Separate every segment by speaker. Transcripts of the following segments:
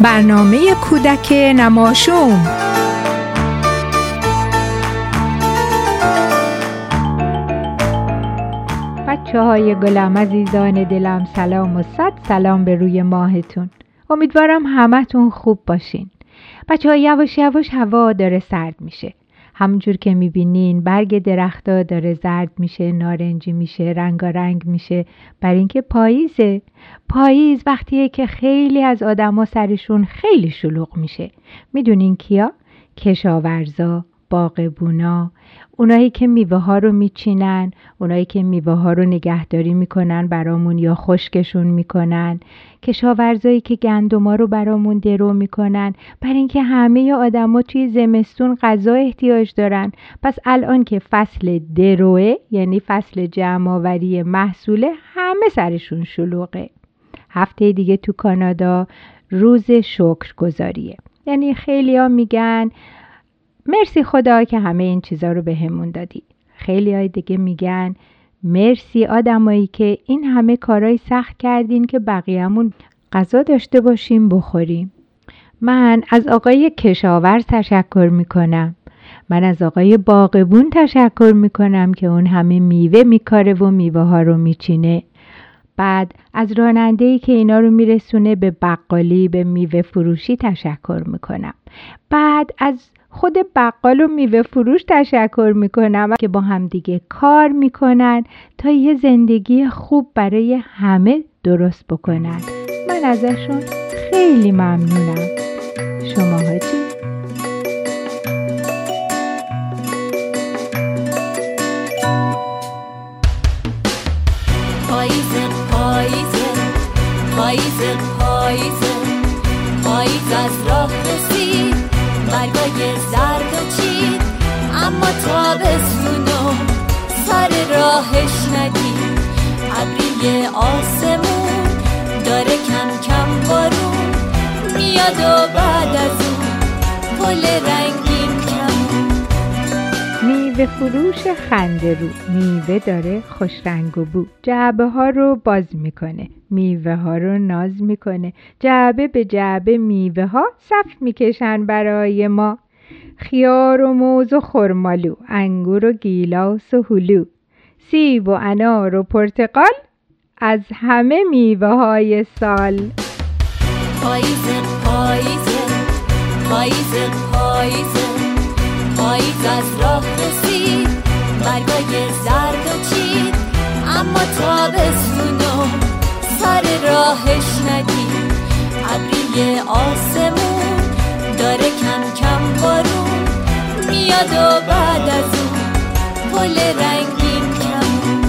Speaker 1: برنامه کودک نماشوم. بچه‌های گلم، عزیزان دلم، سلام و صد سلام به روی ماهتون. امیدوارم همتون خوب باشین. بچه‌ها، یواش یواش هوا داره سرد میشه. همونجور که میبینین برگ درخت‌ها داره زرد میشه، نارنجی میشه، رنگارنگ میشه، برای اینکه پاییزه. پاییز وقتیه که خیلی از آدما سرشون خیلی شلوغ میشه. میدونین کیا؟ کشاورزا، باغبونا، اونایی که میوه ها رو میچینن، اونایی که میوه ها رو نگهداری میکنن برامون یا خشکشون میکنن، کشاورزایی که گندما رو برامون درو میکنن، برای اینکه همه آدما توی زمستون غذا احتیاج دارن. پس الان که فصل دروه، یعنی فصل جمع آوری محصوله، همه سرشون شلوغه. هفته دیگه تو کانادا روز شکرگزاریه، یعنی خیلی‌ها میگن مرسی خدا که همه این چیزا رو بهمون دادی. خیلی‌های دیگه میگن مرسی آدمایی که این همه کارای سخت کردین که بقیه‌مون غذا داشته باشیم بخوریم. من از آقای کشاورز تشکر میکنم. من از آقای باغبون تشکر میکنم که اون همه میوه میکاره و میوه ها رو میچینه. بعد از راننده‌ای که اینا رو میرسونه به بقالی، به میوه فروشی تشکر میکنم. بعد از خود بقال و میوه فروش تشکر میکنم که با هم دیگه کار میکنن تا یه زندگی خوب برای همه درست بکنن. من ازشون خیلی ممنونم. شماها چی؟
Speaker 2: پاییزه پاییزه پاییزه پاییزه پاییز از راه رسید، برگای زرد و چید، اما تابستونو سر راهش ندید. ابری آسمون داره کم کم بارون میاد و بعد از اون پل رنگین کمون.
Speaker 1: میوه فروش خنده رو، میوه داره خوش رنگ و بو، جعبه ها رو باز میکنه، میوه ها رو ناز میکنه، جعبه به جعبه میوه ها صف میکشن برای ما. خیار و موز و خرمالو، انگور و گیلاس و هلو، سیب و انار و پرتقال، از همه میوه های سال.
Speaker 2: پاییزه پاییزه پاییزه پاییزه پاییز از راه رسید، برگای زرد و چید، اما تابستونو سر راهش ندید. ابری آسمون داره کم کم بارون میاد و بعد از اون پل رنگین کمون.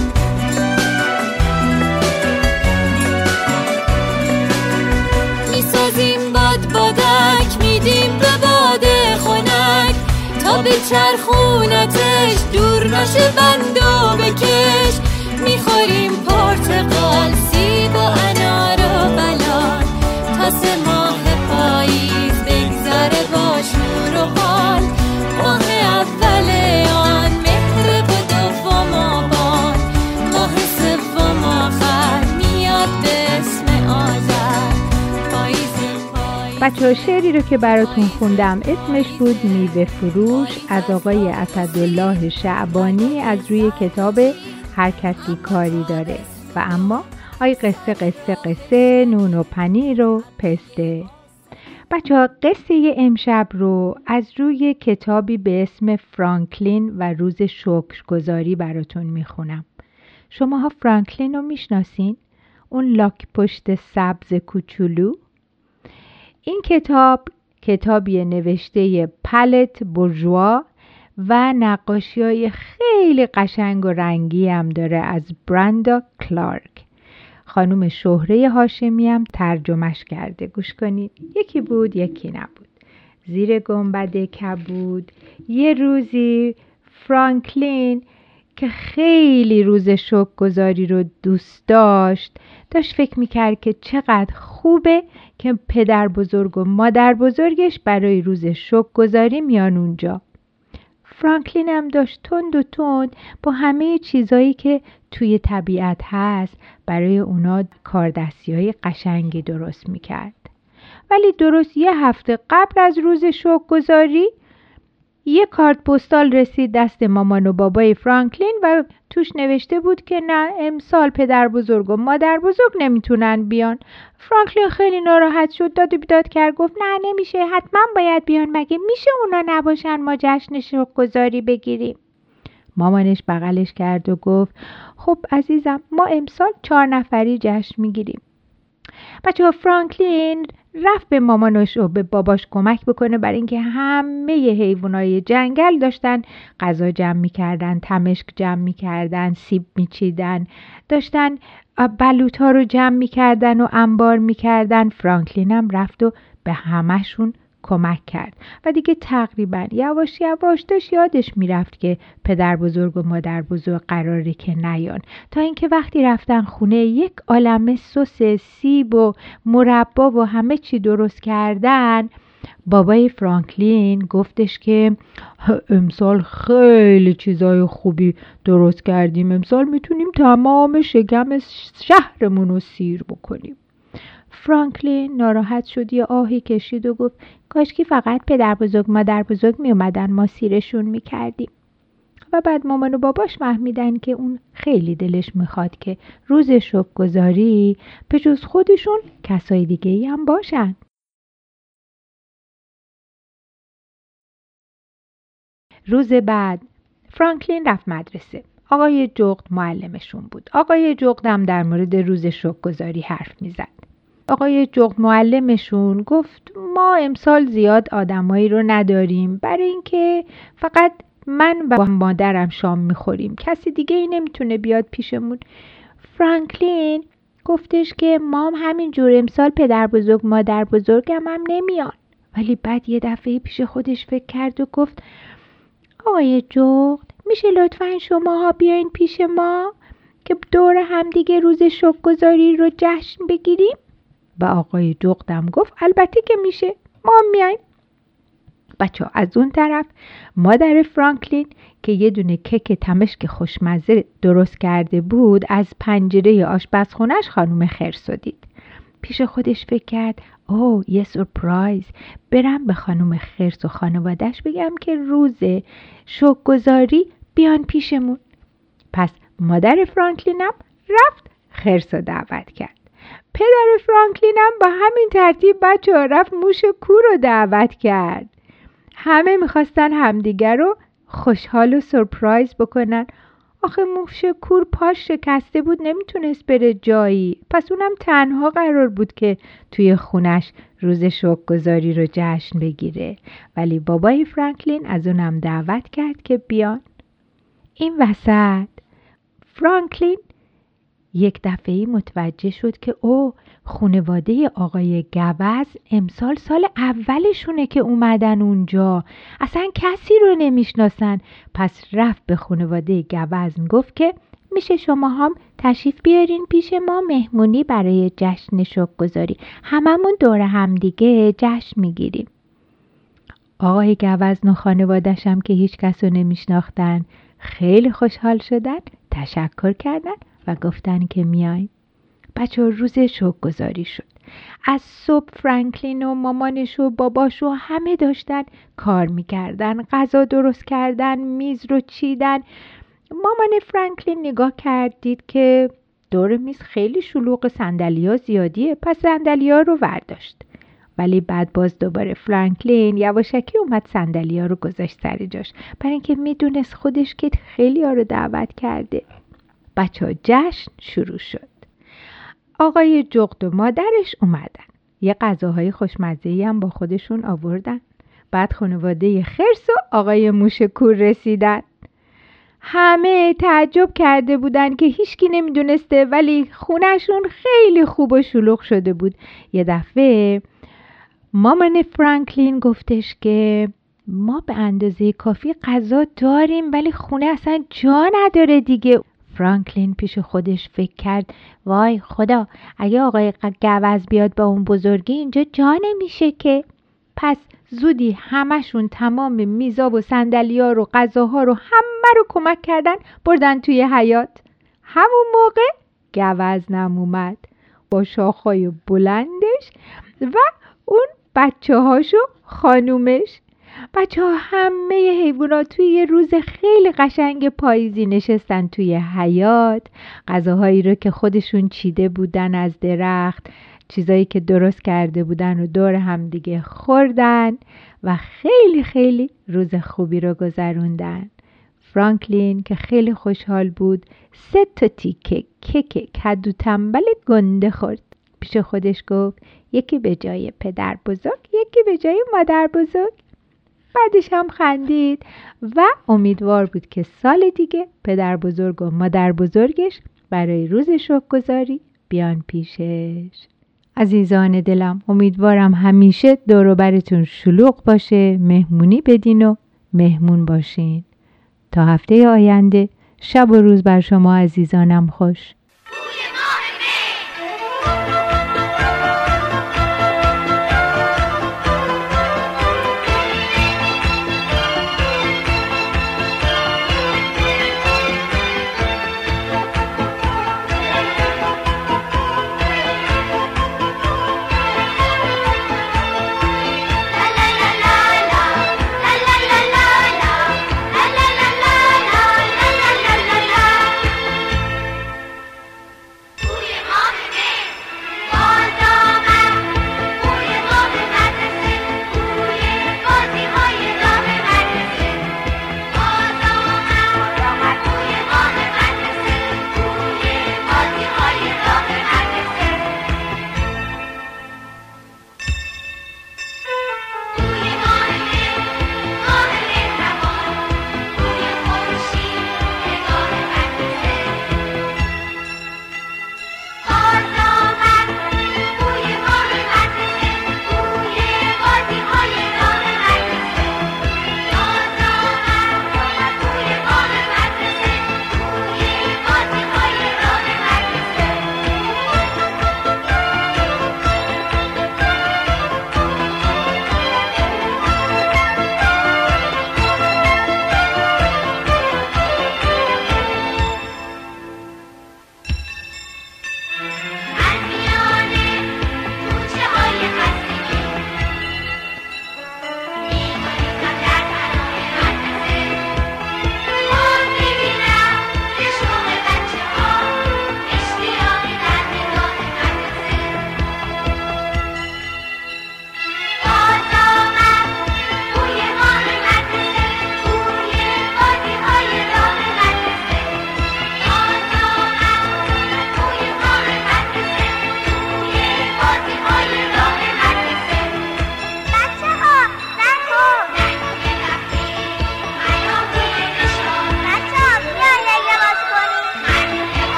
Speaker 2: میسازیم باد بادک، میدیم به باد خنک، تا به چرخونتش دور نشه بندو بکش. میخوریم پرتقال، سیب و انار و بلال، تا 3 ماه پاییز بگذره با شور و حال. ماه اول آن مهر و دوم آبان، ماه سوم آخر میاد به اسم آذر.
Speaker 1: بچه‌ها، شعری رو که براتون خوندم اسمش بود میوه فروش، از آقای اسدالله شعبانی، از روی کتاب هر کسی کاری داره. و اما آی قصه قصه قصه، نون و پنیر و پسته. بچه‌ها، قصه امشب رو از روی کتابی به اسم فرانکلین و روز شکرگزاری براتون میخونم. شماها فرانکلین رو میشناسین؟ اون لاک پشت سبز کوچولو؟ این کتابی نوشته پلت بورژوا و نقاشی‌های خیلی قشنگ و رنگی هم داره از براندا کلارک. خانم شهره هاشمی هم ترجمهش کرده. گوش کنید. یکی بود یکی نبود، زیر گنبد کبود یه روزی فرانکلین که خیلی روز شکرگزاری رو دوست داشت فکر میکرد که چقدر خوبه که پدر بزرگ و مادر بزرگش برای روز شکرگزاری میان اونجا. فرانکلین هم داشت تند و تند با همه چیزایی که توی طبیعت هست برای اونا کاردستی‌های قشنگی درست میکرد. ولی درست یه هفته قبل از روز شکرگزاری یه کارت پستال رسید دست مامان و بابای فرانکلین و توش نوشته بود که نه، امسال پدر بزرگ و مادر بزرگ نمیتونن بیان. فرانکلین خیلی ناراحت شد، داد و بیداد کرد، گفت نه نمیشه، حتما باید بیان، مگه میشه اونا نباشن ما جشن شکرگزاری بگیریم؟ مامانش بغلش کرد و گفت خب عزیزم، ما امسال 4 نفری جشن میگیریم. بچه‌ها، فرانکلین رفت به مامانش و به باباش کمک بکنه برای اینکه همه حیوانای جنگل داشتن غذا جمع میکردن، تمشک جمع میکردن، سیب میچیدن، داشتن بلوط‌ها رو جمع میکردن و انبار میکردن. فرانکلین هم رفت و به همشون کمک کرد و دیگه تقریبا یواش یواش داشت یادش میرفت که پدر بزرگ و مادر بزرگ قراره که نیان، تا اینکه وقتی رفتن خونه یک عالمه سس سیب و مربا و همه چی درست کردن، بابای فرانکلین گفتش که امسال خیلی چیزای خوبی درست کردیم، امسال میتونیم تمام شکم شهرمون رو سیر بکنیم. فرانکلین ناراحت شد، یه آهی کشید و گفت کاش که فقط پدر بزرگ مادر بزرگ می اومدن ما سیرشون میکردیم. و بعد مامان و باباش فهمیدن که اون خیلی دلش میخواد که روز شکرگزاری به جز خودشون کسای دیگه‌ای هم باشن. روز بعد فرانکلین رفت مدرسه. آقای جغد معلمشون بود. آقای جغد هم در مورد روز شکرگزاری حرف میزد. آقای جغد معلمشون گفت ما امسال زیاد آدمایی رو نداریم، برای اینکه فقط من و مادرم شام میخوریم، کسی دیگه ای نمیتونه بیاد پیشمون. فرانکلین گفتش که مام همینجور امسال پدر بزرگ مادر بزرگم هم نمیان. ولی بعد یه دفعه پیش خودش فکر کرد و گفت آقای جغد، میشه لطفاً شماها بیاین پیش ما که دور هم دیگه روز شکرگزاری رو جشن بگیریم؟ و آقای جغدم گفت البته که میشه، ما میایم. بچه‌ها، از اون طرف مادر فرانکلین که یه دونه کیک تمشک خوشمزه درست کرده بود، از پنجره آشپزخونه‌اش خانم خرسو دید. پیش خودش فکر کرد یه سورپرایز، برم به خانم خرس و خانواده‌اش بگم که روز شکرگزاری بیان پیشمون. پس مادر فرانکلینم رفت خرسو دعوت کرد. پدر فرانکلینم با همین ترتیب بچه‌ها رفت موش کور رو دعوت کرد. همه میخواستن همدیگر رو خوشحال و سورپرایز بکنن. آخه موش کور پاش شکسته بود، نمیتونست بره جایی، پس اونم تنها قرار بود که توی خونش روز شکرگزاری رو جشن بگیره. ولی بابای فرانکلین از اونم دعوت کرد که بیان. این وسط فرانکلین یک دفعه‌ای متوجه شد که خانواده آقای گوز امسال سال اولشونه که اومدن اونجا، اصلا کسی رو نمیشناسن. پس رفت به خانواده گوز گفت که میشه شما هم تشریف بیارین پیش ما مهمونی برای جشن شکرگزاری، هممون دور هم دیگه جشن میگیریم. آقای گوزن و خانواده‌ش هم که هیچ کس رو نمیشناختن خیلی خوشحال شدن، تشکر کردن و گفتن که میایم. بچه روز شکرگزاری شد. از صبح فرانکلین و مامانش و باباش و همه داشتن کار میکردن، غذا درست کردن، میز رو چیدن. مامان فرانکلین نگاه کرد، دید که دور میز خیلی شلوغ، صندلی‌ها زیادیه، پس صندلی‌ها رو ورداشت. ولی بعد باز دوباره فرانکلین یواشکی اومد صندلی‌ها رو گذاشت سر جاش، برای اینکه میدونست خودش که خیلی ها رو دعوت کرده. بچه‌ها جشن شروع شد. آقای جغد و مادرش اومدن، یه غذاهای خوشمزه‌ای هم با خودشون آوردن. بعد خانواده خرس و آقای موش کور رسیدن. همه تعجب کرده بودن که هیچکی نمیدونسته، ولی خونهشون خیلی خوب و شلوغ شده بود. یه دفعه مامان فرانکلین گفتش که ما به اندازه کافی غذا داریم ولی خونه اصلا جا نداره دیگه. فرانکلین پیش خودش فکر کرد وای خدا، اگه آقای گوز بیاد با اون بزرگی اینجا جا نمیشه که. پس زودی همشون تمام میزا و صندلی‌ها رو غذاها رو همه رو کمک کردن بردن توی حیاط. همون موقع گوزنم اومد با شاخهای بلندش و اون بچه هاشو خانومش. بچه ها همه حیوانات توی یه روز خیلی قشنگ پاییزی نشستن توی حیاط، غذاهایی رو که خودشون چیده بودن از درخت، چیزایی که درست کرده بودن و دور هم دیگه خوردن و خیلی خیلی روز خوبی رو گذروندن. فرانکلین که خیلی خوشحال بود 3 تیکه کیک کدو تنبل گنده خورد. پیش خودش گفت یکی به جای پدر بزرگ، یکی به جای مادر بزرگ. بعدش هم خندید و امیدوار بود که سال دیگه پدر بزرگ و مادر بزرگش برای روز شکرگزاری بیان پیشش. عزیزان دلم، امیدوارم همیشه دور و برتون شلوغ باشه، مهمونی بدین و مهمون باشین. تا هفته آینده، شب و روز بر شما عزیزانم خوش.